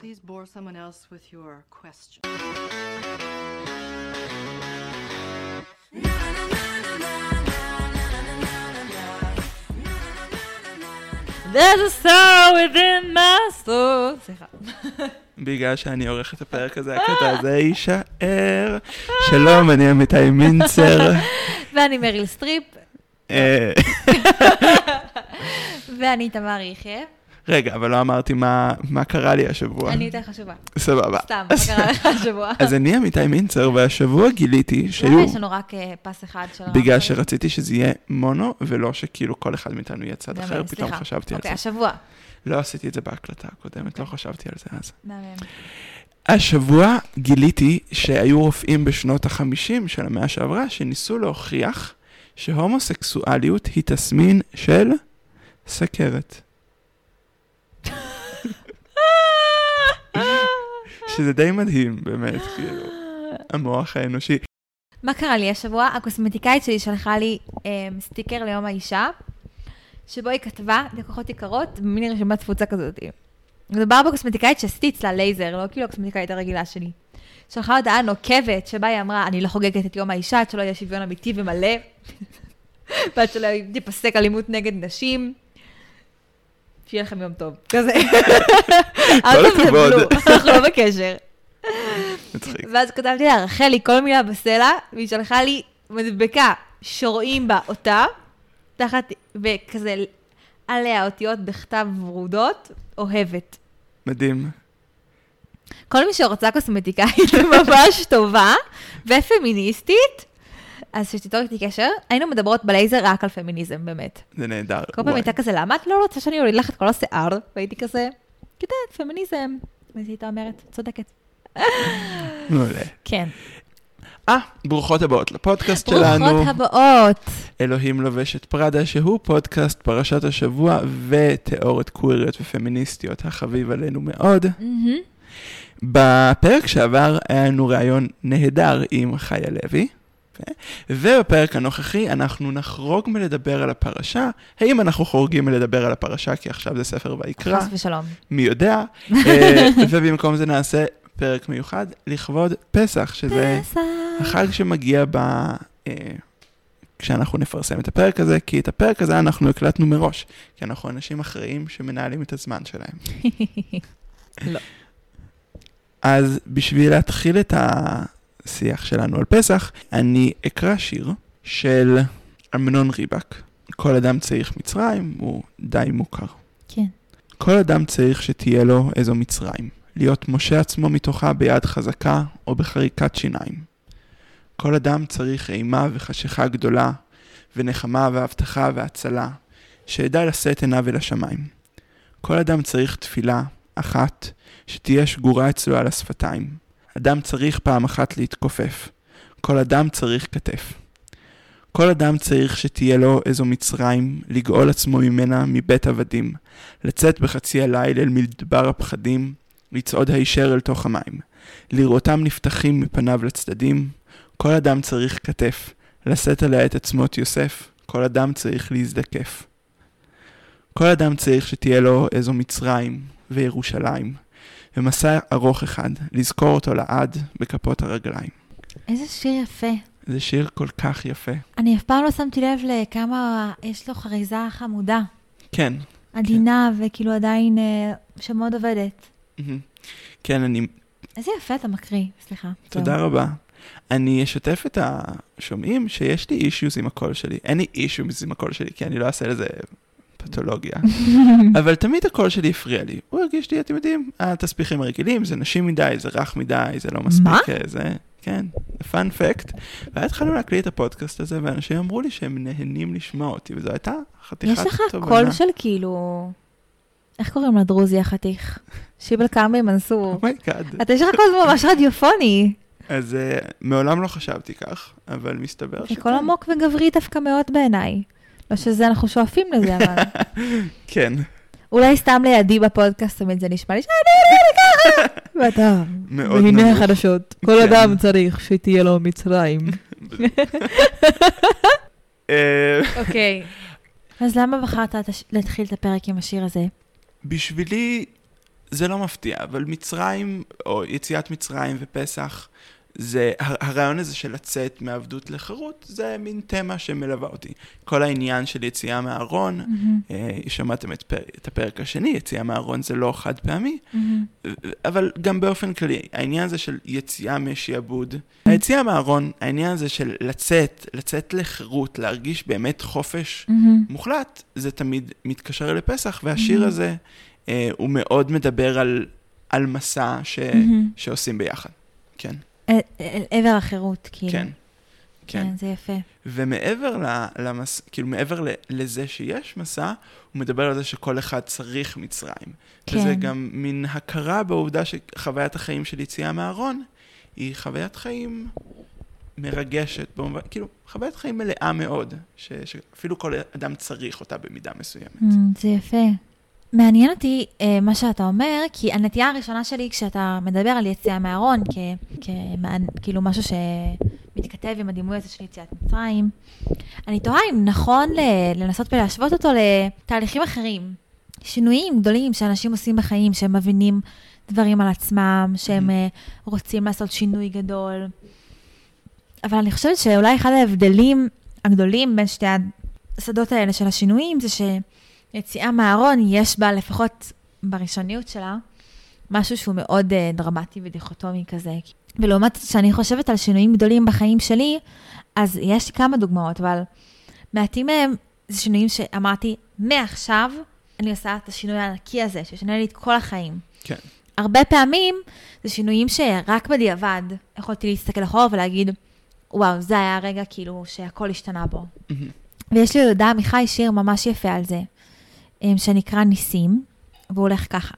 Please bore someone else with your question. There's a soul within my soul. סליחה. בגלל שאני עורך את הפרק הזה, הקטע הזה יישאר. שלום, אני אמיתי מינצר. ואני מריל סטריפ. ואני תמר יחיה. רגע, אבל לא אמרתי מה קרה לי השבוע. אני יותר חשובה. סבבה. סתם, מה קרה לך השבוע? אז אני אמיתי מינצר, והשבוע גיליתי שהיו... יש לנו רק פס אחד של... בגלל שרציתי שזה יהיה מונו, ולא שכאילו כל אחד מאיתנו יהיה צד אחר, פתאום חשבתי על זה. אוקיי, השבוע. לא עשיתי את זה בהקלטה הקודמת, לא חשבתי על זה אז. מהמם. השבוע גיליתי שהיו רופאים בשנות ה-50 של המאה שעברה, שניסו להוכיח שהומוסקסואליות היא תסמין של סכרת. שזה די מדהים, באמת, כאילו, המוח האנושי. מה קרה לי השבוע? הקוסמטיקאית שלי שלחה לי סטיקר ליום האישה, שבו היא כתבה לקוחות יקרות, במיני רשימת תפוצה כזאת. מדובר בקוסמטיקאית שעשיתי אצלה לייזר, לא כאילו הקוסמטיקאית הרגילה שלי. שלחה הודעה נוקבת, שבה היא אמרה, אני לא חוגגת את יום האישה, עד שלא יהיה שוויון אמיתי ומלא, ועד שלא תיפסק אלימות נגד נשים. שיהיה לכם יום טוב. כזה. כל הכבוד. אנחנו לא בקשר. מצחיק. ואז כתבתי לה, רחלי, כל מילה בסלע, והיא שלחה לי מדבקה, שרואים בה אותה, תחת, וכזה, עליה אותיות בכתב ורודות, אוהבת. מדהים. כל מי שרוצה קוסמטיקאית ממש טובה, ופמיניסטית, אז שתיתור איתי קשר, היינו מדברות בלייזר רק על פמיניזם, באמת. זה נהדר. כל פעם הייתה כזה, למה את לא רוצה שאני אוליד לך את כל השיער? והייתי כזה, כדאי, פמיניזם. ואז הייתה אומרת, צודקת. מעולה. כן. ברוכות הבאות לפודקאסט שלנו. ברוכות הבאות. אלוהים לובש את פרדה, שהוא פודקאסט פרשת השבוע ותיאוריות קוויריות ופמיניסטיות החביב עלינו מאוד. בפרק שעבר היה לנו ראיון נהדר עם חיה לוי, ובפרק הנוכחי אנחנו נחרוג מלדבר על הפרשה. האם אנחנו חורגים מלדבר על הפרשה, כי עכשיו זה ספר ויקרא? חס ושלום. מי יודע. ובמקום זה נעשה פרק מיוחד לכבוד פסח, שזה החג שמגיע כשאנחנו נפרסם את הפרק הזה, כי את הפרק הזה אנחנו הקלטנו מראש, כי אנחנו אנשים אחראים שמנהלים את הזמן שלהם. לא. אז בשביל להתחיל את השיח שלנו על פסח, אני אקרא שיר של אמנון ריבק. כל אדם צריך מצרים, הוא די מוכר. כן. כל אדם צריך שתהיה לו איזו מצרים, להיות משה עצמו מתוכה ביד חזקה או בחריקת שיניים. כל אדם צריך אימה וחשיכה גדולה, ונחמה והבטחה והצלה, שידע לשאת עיניו אל השמיים. כל אדם צריך תפילה אחת, שתהיה שגורה אצלו על השפתיים. אדם צריך פעם אחת להתכופף. כל אדם צריך כתף. כל אדם צריך שתהיה לו איזו מצרים, לגאול עצמו ממנה מבית עבדים, לצאת בחצי הליל אל מדבר הפחדים, לצעוד הישר אל תוך המים, לראותם נפתחים מפניו לצדדים. כל אדם צריך כתף, לשאת עליה את עצמות יוסף. כל אדם צריך להזדקף. כל אדם צריך שתהיה לו איזו מצרים וירושלים, ומסע ארוך אחד, לזכור אותו לעד בכפות הרגליים. איזה שיר יפה. זה שיר כל כך יפה. אני אף פעם לא שמתי לב לכמה יש לו חריזה חמודה. כן. עדינה וכאילו עדיין שמאוד עובדת. כן, אני... איזה יפה אתה מקריא, סליחה. תודה רבה. אני אשתף את השומעים שיש לי אישיוז עם הקול שלי. אין לי אישיוז עם הקול שלי, כי אני לא אעשה לזה פתולוגיה. אבל תמיד הקול שלי הפריע לי. הוא הרגיש לי, אתם יודעים, התספיחים הרגילים, זה נשים מדי, זה רך מדי, זה לא מספיק. מה? זה, כן, פאנ פקט. ואז התחלנו להקליט את הפודקאסט הזה, ואנשים אמרו לי שהם נהנים לשמוע אותי, וזו הייתה חתיכת תובנה. יש לך תובנה. קול של כאילו... איך קוראים לדרוזי החתיך? שיבל קאמי מנסור. אומייגאד. אתה יש לך קול ממש רדיופוני. אז מעולם לא חשבתי כך, אבל מסתבר שכן. קול עמוק וגברי דווקא מאוד בעיניי. לא שזה אנחנו שואפים לזה, אבל... כן. אולי סתם לידי בפודקאסט, תמיד זה נשמע לי שאני ככה. ואתה, והנה החדשות. כל אדם צריך שתהיה לו מצרים. אוקיי. אז למה בחרת להתחיל את הפרק עם השיר הזה? בשבילי זה לא מפתיע, אבל מצרים, או יציאת מצרים ופסח, הרעיון הזה של לצאת מעבדות לחירות, זה מין תמה שמלווה אותי. כל העניין של יציאה מהארון, שמעתם את הפרק השני, יציאה מהארון זה לא חד פעמי, אבל גם באופן כללי, העניין הזה של יציאה משעבוד, היציאה מהארון, העניין הזה של לצאת לחירות, להרגיש באמת חופש מוחלט, זה תמיד מתקשר לפסח, והשיר הזה הוא מאוד מדבר על מסע שעושים ביחד. כן. עבר החירות, כאילו. כן. כן, זה יפה. ומעבר כאילו מעבר לזה שיש מסע, הוא מדבר על זה שכל אחד צריך מצרים. כן. וזה גם מין הכרה בעובדה שחוויית החיים של יציאה מהארון, היא חוויית חיים מרגשת, כאילו חוויית חיים מלאה מאוד, שאפילו כל אדם צריך אותה במידה מסוימת. זה יפה. מעניין אותי מה שאתה אומר, כי הנטייה הראשונה שלי כשאתה מדבר על יציאה מהארון, כאילו משהו שמתכתב עם הדימוי הזה של יציאת מצרים, אני תוהה אם נכון לנסות ולהשוות אותו לתהליכים אחרים, שינויים גדולים שאנשים עושים בחיים, שהם מבינים דברים על עצמם, שהם רוצים לעשות שינוי גדול. אבל אני חושבת שאולי אחד ההבדלים הגדולים בין שתי השדות האלה של השינויים, זה יציאה מהארון, יש בה, לפחות בראשוניות שלה, משהו שהוא מאוד דרמטי ודיכוטומי כזה. ולעומת שאני חושבת על שינויים גדולים בחיים שלי, אז יש לי כמה דוגמאות, אבל מעטים מהם זה שינויים שאמרתי, מעכשיו אני עושה את השינוי הענקי הזה, ששנה לי את כל החיים. כן. הרבה פעמים זה שינויים שרק בדיעבד יכולתי להסתכל אחורה ולהגיד, וואו, זה היה הרגע כאילו שהכל השתנה בו. ויש לי ליהודה עמיחי שיר ממש יפה על זה. שנקרא ניסים, והוא הולך ככה.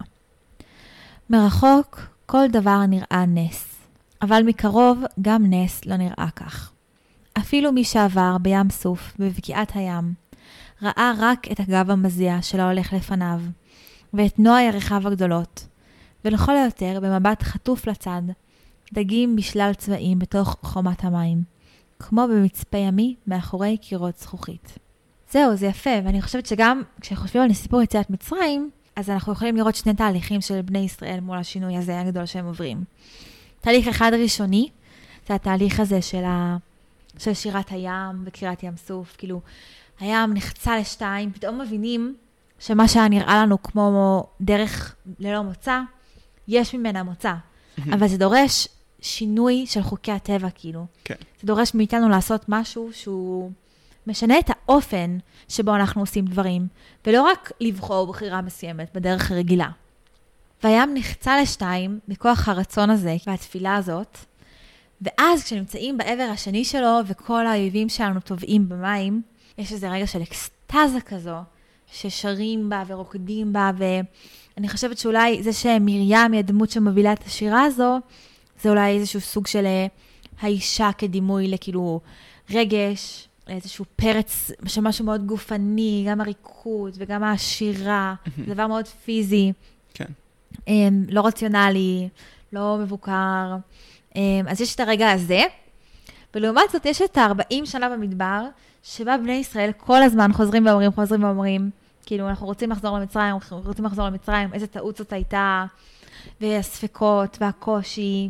מרחוק כל דבר נראה נס, אבל מקרוב גם נס לא נראה כך. אפילו מי שעבר בים סוף בבקיעת הים, ראה רק את הגב המזיע של ההולך לפניו, ואת נוע ירחיו הגדולות, ולכל היותר במבט חטוף לצד, דגים בשלל צבעים בתוך חומת המים, כמו במצפה ימי מאחורי קירות זכוכית. זהו, זה יפה, ואני חושבת שגם כשחושבים על סיפור יציאת מצרים, אז אנחנו יכולים לראות שני תהליכים של בני ישראל מול השינוי הזה הגדול שהם עוברים. תהליך אחד ראשוני, זה התהליך הזה של שירת הים וקריאת ים סוף, כאילו הים נחצה לשתיים, פתאום מבינים שמה שהיה נראה לנו כמו דרך ללא מוצא, יש ממנה מוצא, אבל זה דורש שינוי של חוקי הטבע, כאילו. כן. זה דורש מאיתנו לעשות משהו שהוא משנה את האופן שבו אנחנו עושים דברים, ולא רק לבחור בחירה מסוימת בדרך הרגילה. והים נחצה לשתיים מכוח הרצון הזה והתפילה הזאת, ואז כשנמצאים בעבר השני שלו וכל האויבים שלנו טובעים במים, יש איזה רגע של אקסטאזה כזו, ששרים בה ורוקדים בה, ואני חושבת שאולי זה שמרים היא הדמות שמובילה את השירה הזו, זה אולי איזשהו סוג של האישה כדימוי לכאילו רגש, איזשהו פרץ שמשהו מאוד גופני, גם הריקוד וגם השירה, זה דבר מאוד פיזי, כן. לא רציונלי, לא מבוקר. אז יש את הרגע הזה, ולעומת זאת יש את 40 שנה במדבר, שבה בני ישראל כל הזמן חוזרים ואומרים, כאילו אנחנו רוצים לחזור למצרים, איזה טעות זאת הייתה, והספקות והקושי,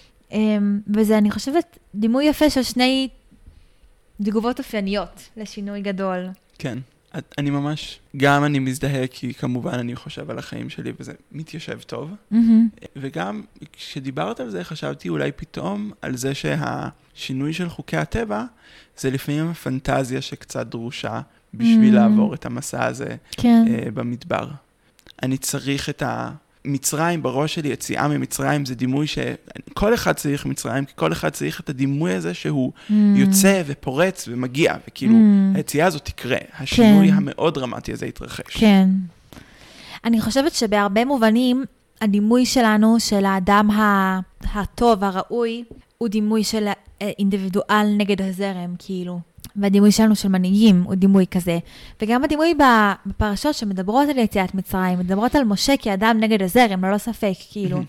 וזה אני חושבת דימוי יפה של שני תגובות אופייניות לשינוי גדול. כן, אני מזדהה כי כמובן אני חושב על החיים שלי וזה מתיישב טוב, וגם כשדיברת על זה חשבתי אולי פתאום על זה שהשינוי של חוקי הטבע זה לפעמים הפנטזיה שקצת דרושה בשביל לעבור את המסע הזה במדבר. אני צריך את מצרים בראש שלי, יציאה ממצרים זה דימוי שכל אחד צריך מצרים, כי כל אחד צריך את הדימוי הזה שהוא יוצא ופורץ ומגיע, וכאילו היציאה הזאת תקרה, השינוי המאוד דרמטי הזה יתרחש. כן. אני חושבת שבהרבה מובנים, הדימוי שלנו, של האדם הטוב, הראוי, הוא דימוי של אינדיבידואל נגד הזרם, כאילו. והדימוי שלנו של מנהיגים הוא דימוי כזה. וגם הדימוי בפרשות שמדברות על יציאת מצרים, מדברות על משה כאדם נגד הזרם, ללא ספק, כאילו.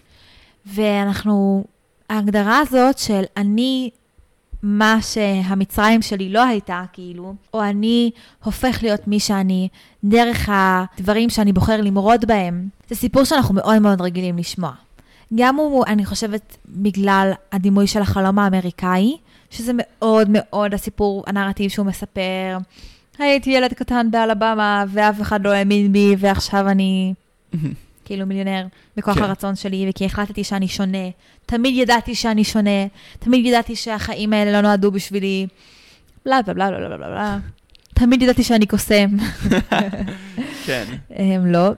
ואנחנו, ההגדרה הזאת של אני, מה שהמצרים שלי לא הייתה, כאילו, או אני הופך להיות מי שאני, דרך הדברים שאני בוחר למרוד בהם, זה סיפור שאנחנו מאוד מאוד רגילים לשמוע. גם הוא, אני חושבת, בגלל הדימוי של החלום האמריקאי, שזה מאוד מאוד הסיפור, הנרטיב שהוא מספר. הייתי ילד קטן באלבמה, ואף אחד לא האמין בי, ועכשיו אני כאילו מיליונר בכוח הרצון שלי, וכי החלטתי שאני שונה. תמיד ידעתי שאני שונה, תמיד ידעתי שהחיים האלה לא נועדו בשבילי. בלה בלה בלה בלה בלה בלה. תמיד ידעתי שאני קוסם. כן. לא.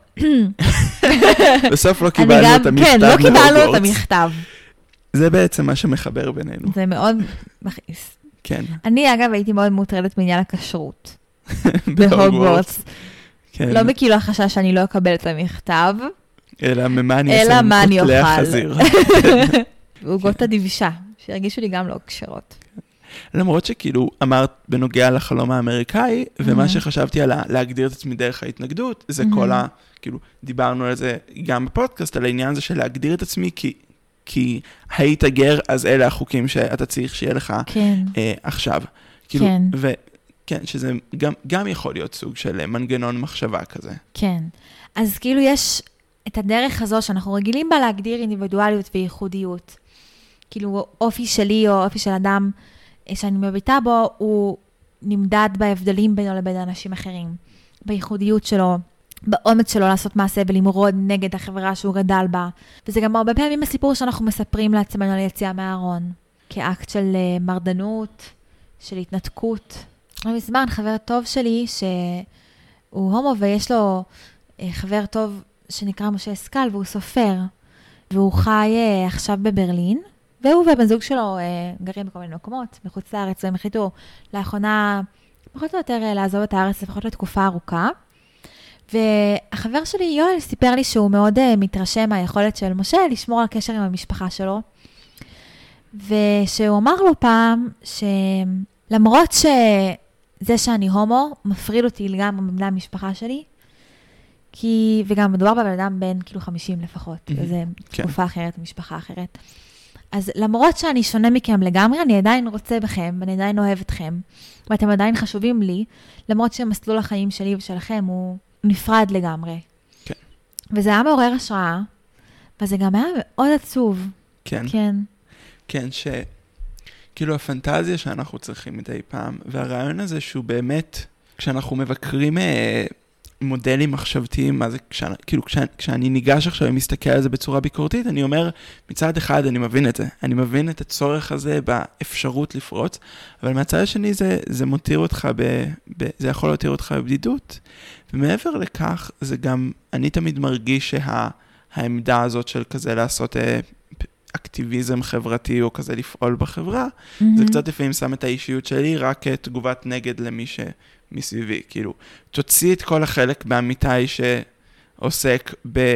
בסוף לא קיבלנו את המכתב. כן, לא קיבלנו את המכתב. זה בעצם מה שמחבר בינינו. זה מאוד מכעיס. כן. אני, אגב, הייתי מאוד מוטרדת בעניין הכשרות. בהוגוורטס. לא מכאילו החשש שאני לא אקבל את המכתב. אלא ממה אני אעשה עם קוטלי החזיר. ועוגות הדבשה, שהרגישו לי גם לא כשרות. למרות שכאילו אמרת בנוגע לחלום האמריקאי, ומה שחשבתי על להגדיר את עצמי דרך ההתנגדות, זה כל כאילו דיברנו על זה גם בפודקאסט, על העניין הזה של להגדיר את עצמי כי היית גר, אז אלה החוקים שאתה צריך שיהיה לך עכשיו. כן. וכן, שזה גם יכול להיות סוג של מנגנון מחשבה כזה. כן. אז כאילו יש את הדרך הזו שאנחנו רגילים בה להגדיר אינדיבידואליות וייחודיות. כאילו אופי שלי או אופי של אדם שאני מביטה בו, הוא נמדד בהבדלים בינו לבין אנשים אחרים. בייחודיות שלו, באומץ שלו לעשות מעשה ולמרוד נגד החברה שהוא גדל בה. וזה גם הרבה פעמים הסיפור שאנחנו מספרים לעצמנו על יציאה מהארון. כאקט של מרדנות, של התנתקות. לא מזמן חבר טוב שלי שהוא הומו ויש לו חבר טוב שנקרא משה אסקל והוא סופר. והוא חי עכשיו בברלין. והוא ובן זוג שלו גרים בכל מיני מקומות, מחוץ לארץ, והם החליטו לאחרונה, פחות או יותר לעזוב את הארץ, לפחות לתקופה ארוכה. והחבר שלי, יואל, סיפר לי שהוא מאוד מתרשם מהיכולת של משה לשמור על קשר עם המשפחה שלו. ושהוא אמר לו פעם, שלמרות שזה שאני הומו, מפריד אותי לגמרי מבני המשפחה שלי, וגם מדובר בבן אדם בין כאילו 50 לפחות, וזה תקופה אחרת, משפחה אחרת. אז למרות שאני שונה מכם לגמרי, אני עדיין רוצה בכם, ואני עדיין אוהב אתכם, ואתם עדיין חשובים לי, למרות שמסלול החיים שלי ושלכם הוא נפרד לגמרי. כן. וזה היה מעורר השראה, וזה גם היה מאוד עצוב. כן. כן. כן, כאילו הפנטזיה שאנחנו צריכים מדי פעם, והרעיון הזה שהוא באמת, כשאנחנו מבקרים מודלים מחשבתיים, מה זה, כאילו כשאני ניגש עכשיו ומסתכל על זה בצורה ביקורתית, אני אומר, מצד אחד אני מבין את זה, אני מבין את הצורך הזה באפשרות לפרוץ, אבל מהצד השני זה מותיר אותך, זה יכול להותיר אותך בבדידות, ומעבר לכך, זה גם, אני תמיד מרגיש שהעמדה הזאת של כזה לעשות אקטיביזם חברתי או כזה לפעול בחברה, זה קצת לפעמים שם את האישיות שלי רק תגובת נגד למי מסביבי, כאילו, תוציא את כל החלק באמיתי שעוסק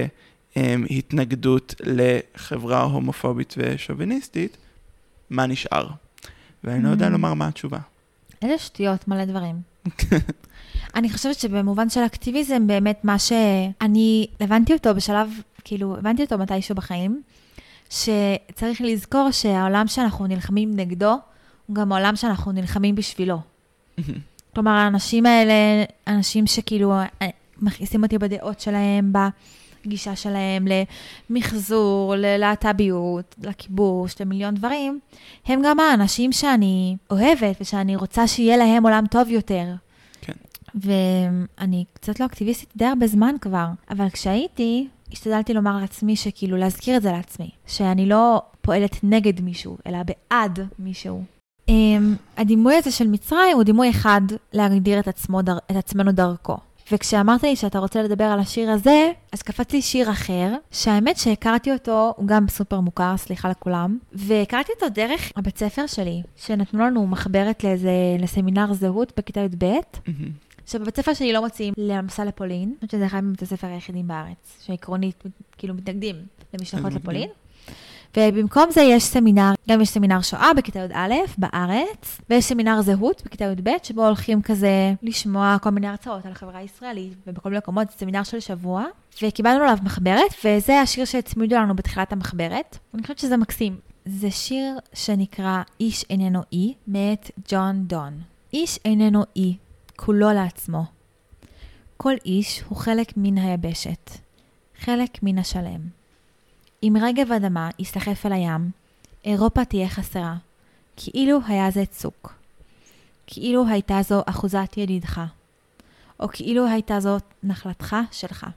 בהתנגדות לחברה הומופובית ושוביניסטית, מה נשאר? ואני לא יודע לומר מה התשובה. איזה שטויות, מלא דברים. אני חושבת שבמובן של אקטיביזם, באמת מה שאני הבנתי אותו בשלב, כאילו, הבנתי אותו מתישהו בחיים, שצריך לזכור שהעולם שאנחנו נלחמים נגדו, הוא גם העולם שאנחנו נלחמים בשבילו. כלומר, האנשים האלה, אנשים שכאילו מכניסים אותי בדעות שלהם, בגישה שלהם, למחזור, ללהט"ביות, לכיבוש, למיליון דברים, הם גם האנשים שאני אוהבת, ושאני רוצה שיהיה להם עולם טוב יותר. כן. ואני קצת לא אקטיביסטית די הרבה זמן כבר, אבל כשהייתי, השתדלתי לומר לעצמי שכאילו להזכיר את זה לעצמי, שאני לא פועלת נגד מישהו, אלא בעד מישהו. הדימוי הזה של מצרים הוא דימוי אחד להגדיר את עצמנו דרכו. וכשאמרת לי שאתה רוצה לדבר על השיר הזה, אז קפץ לי שיר אחר, שהאמת שהכרתי אותו, הוא גם סופר מוכר, סליחה לכולם, והכרתי אותו דרך הבית ספר שלי, שנתנו לנו מחברת לסמינר זהות בכיתה י"ב, שבבית ספר שלי לא מוצאים למסע לפולין, אני חושבת שזה אחד מבית הספר היחידים בארץ, שעקרונית כאילו מתנגדים למשלחות לפולין. ובמקום זה יש סמינר, גם יש סמינר שואה בכיתה י"א בארץ, ויש סמינר זהות בכיתה י"ב, שבו הולכים כזה לשמוע כל מיני הרצאות על החברה הישראלית, ובכל מיני מקומות זה סמינר של שבוע, וקיבלנו עליו מחברת, וזה השיר שהצמידו לנו בתחילת המחברת. אני חושבת שזה מקסים. זה שיר שנקרא איש איננו אי, מאת ג'ון דון. איש איננו אי, כולו לעצמו. כל איש הוא חלק מן היבשת. חלק מן השלם. אם רגב אדמה יסתחף על הים, אירופה תהיה חסרה, כאילו היה זה צוק. כאילו הייתה זו אחוזת ידידך, או כאילו הייתה זאת נחלתך שלך.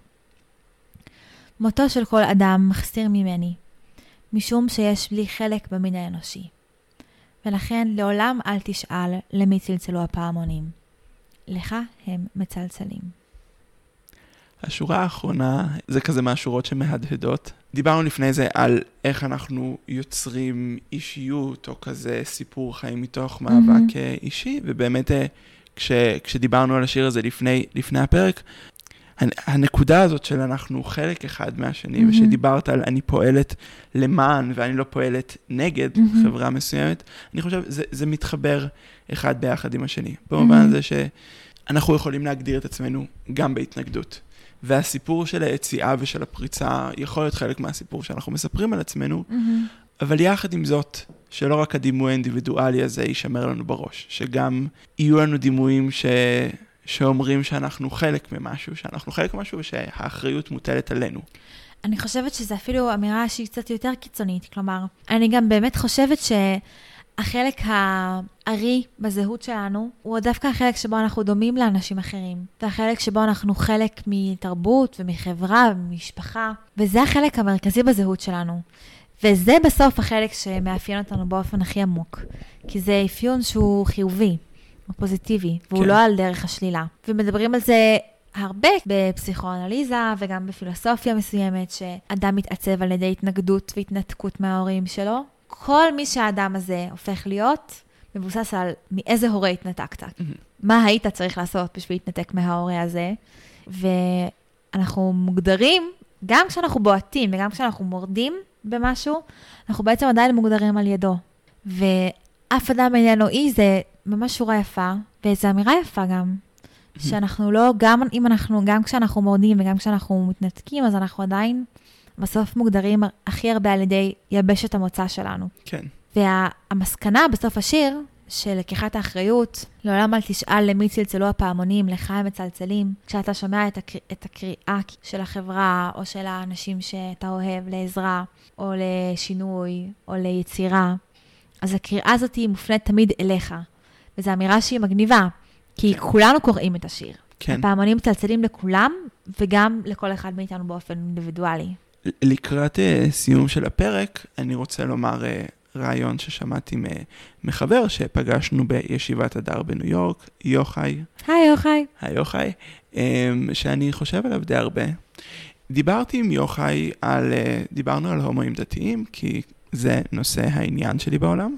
מותו של כל אדם מחסיר ממני, משום שיש לי חלק במין האנושי. ולכן לעולם אל תשאל למי צלצלו הפעמונים. לך הם מצלצלים. השורה האחרונה זה כזה מהשורות שמהדהדות. דיברנו לפני זה על איך אנחנו יוצרים אישיות או כזה סיפור חיים מתוך מאבק אישי, ובאמת כשדיברנו על השיר הזה לפני הפרק, הנקודה הזאת של אנחנו חלק אחד מהשני, ושדיברת על אני פועלת למען ואני לא פועלת נגד חברה מסוימת, אני חושב זה מתחבר אחד ביחד עם השני. במובן הזה שאנחנו יכולים להגדיר את עצמנו גם בהתנגדות. והסיפור של היציאה ושל הפריצה יכול להיות חלק מהסיפור שאנחנו מספרים על עצמנו, אבל יחד עם זאת, שלא רק הדימוי האינדיבידואלי הזה יישמר לנו בראש, שגם יהיו לנו דימויים שאומרים שאנחנו חלק ממשהו, ושהאחריות מוטלת עלינו. אני חושבת שזה אפילו אמירה שהיא קצת יותר קיצונית, כלומר, אני גם באמת חושבת שהחלק הארי בזהות שלנו, הוא דווקא החלק שבו אנחנו דומים לאנשים אחרים, והחלק שבו אנחנו חלק מתרבות ומחברה ומשפחה, וזה החלק המרכזי בזהות שלנו. וזה בסוף החלק שמאפיין אותנו באופן הכי עמוק, כי זה אפיון שהוא חיובי. פוזיטיבי, והוא לא על דרך השלילה. ומדברים על זה הרבה בפסיכואנליזה וגם בפילוסופיה מסוימת, שאדם מתעצב על ידי התנגדות והתנתקות מההורים שלו. כל מי שהאדם הזה הופך להיות, מבוסס על מאיזה הורה התנתקת. מה היית צריך לעשות בשביל להתנתק מההורה הזה? ואנחנו מוגדרים, גם כשאנחנו בועטים וגם כשאנחנו מורדים במשהו, אנחנו בעצם עדיין מוגדרים על ידו. ואף אדם איננו אי זה ממש שורה יפה, וזו אמירה יפה גם, שאנחנו לא, גם כשאנחנו מורדים וגם כשאנחנו מתנתקים, אז אנחנו עדיין בסוף מוגדרים הכי הרבה על ידי יבשת המוצא שלנו. כן. והמסקנה בסוף השיר, של לקיחת האחריות, לעולם אל תשאל למי צלצלו הפעמונים, לך הם מצלצלים, כשאתה שומע את הקריאה של החברה, או של האנשים שאתה אוהב לעזרה, או לשינוי, או ליצירה, אז הקריאה הזאת היא מופנית תמיד אליך. וזו אמירה שהיא מגניבה, כי כולנו קוראים את השיר. כן. הפעמונים מצלצלים לכולם, וגם לכל אחד מאיתנו באופן אינדיבידואלי. לקראת סיום של הפרק, אני רוצה לומר רעיון ששמעתי מחבר שפגשנו בישיבת הדר בניו יורק, יוחאי. היי יוחאי. היי יוחאי, שאני חושב עליו די הרבה. דיברתי עם יוחאי דיברנו על הומואים דתיים, כי זה נושא העניין שלי בעולם.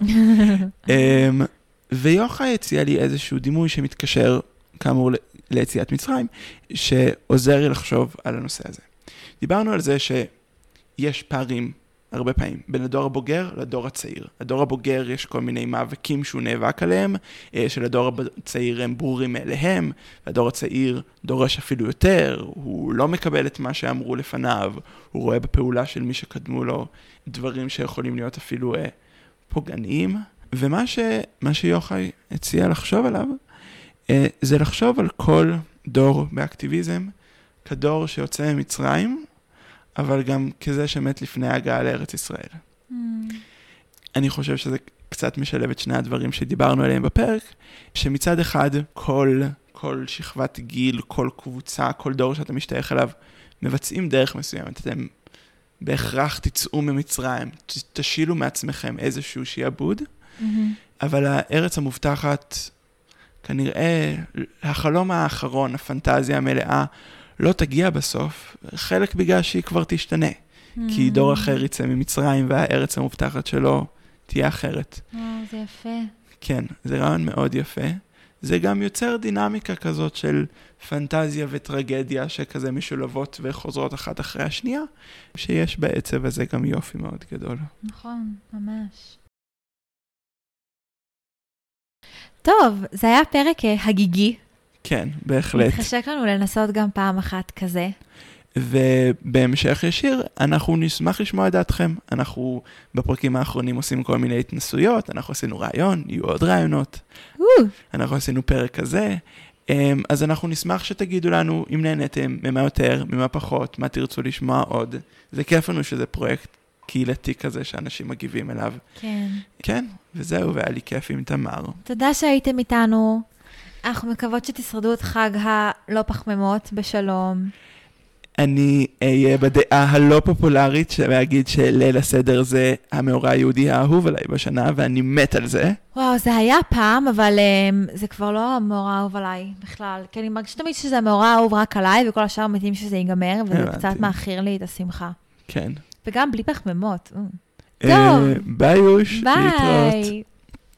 ויוחאי הציע לי איזשהו דימוי שמתקשר, כאמור, ליציאת מצרים, שעוזר לי לחשוב על הנושא הזה. דיברנו על זה שיש פערים הרבה פעמים, בין הדור הבוגר לדור הצעיר. הדור הבוגר יש כל מיני מאבקים שהוא נאבק עליהם, שלדור הצעיר הם ברורים מאליהם, והדור הצעיר דורש אפילו יותר, הוא לא מקבל את מה שאמרו לפניו, הוא רואה בפעולה של מי שקדמו לו דברים שיכולים להיות אפילו פוגעניים, ומה שיוחאי הציע לחשוב עליו, זה לחשוב על כל דור באקטיביזם, כדור שיוצא ממצרים, אבל גם כזה שמת לפני ההגעה לארץ ישראל. אני חושב שזה קצת משלב את שני הדברים שדיברנו עליהם בפרק, שמצד אחד כל שכבת גיל, כל קבוצה, כל דור שאתה משתייך אליו, מבצעים דרך מסוימת. אתם בהכרח תצאו ממצרים, תשילו מעצמכם איזשהו שיעבוד, אבל הארץ המובטחת, כנראה, החלום האחרון, הפנטזיה המלאה, לא תגיע בסוף, חלק בגלל שהיא כבר תשתנה. כי דור אחר יצא ממצרים, והארץ המובטחת שלו תהיה אחרת. זה יפה. כן, זה רעיון מאוד יפה. זה גם יוצר דינמיקה כזאת של פנטזיה וטרגדיה, שכזה משולבות וחוזרות אחת אחרי השנייה, שיש בעצב הזה גם יופי מאוד גדול. נכון, ממש. טוב, זה היה פרק הגיגי. כן, בהחלט. מתחשק לנו לנסות גם פעם אחת כזה. ובהמשך ישיר, אנחנו נשמח לשמוע את דעתכם. אנחנו בפרקים האחרונים עושים כל מיני התנסויות, אנחנו עשינו רעיון, יהיו עוד רעיונות. אנחנו עשינו פרק כזה. אז אנחנו נשמח שתגידו לנו אם נהנתם, ממה יותר, ממה פחות, מה תרצו לשמוע עוד. זה כיף לנו שזה פרויקט קהילתי כזה שאנשים מגיבים אליו. כן. כן, וזהו, והיה לי כיף עם תמר. תודה שהייתם איתנו. אנחנו מקוות שתשרדו את חג הלא פחמימות בשלום. אני אהיה בדעה הלא פופולרית להגיד שליל הסדר זה המאורע היהודי האהוב עליי בשנה, ואני מת על זה. וואו, זה היה פעם, אבל זה כבר לא המאורע האהוב עליי בכלל. כי אני מרגישה תמיד שזה המאורע האהוב רק עליי, וכל השאר מתים שזה ייגמר, וזה קצת מאחיר לי את השמחה. כן. וגם בלי פחמימות. טוב. ביי יוש, להתראות. ביי.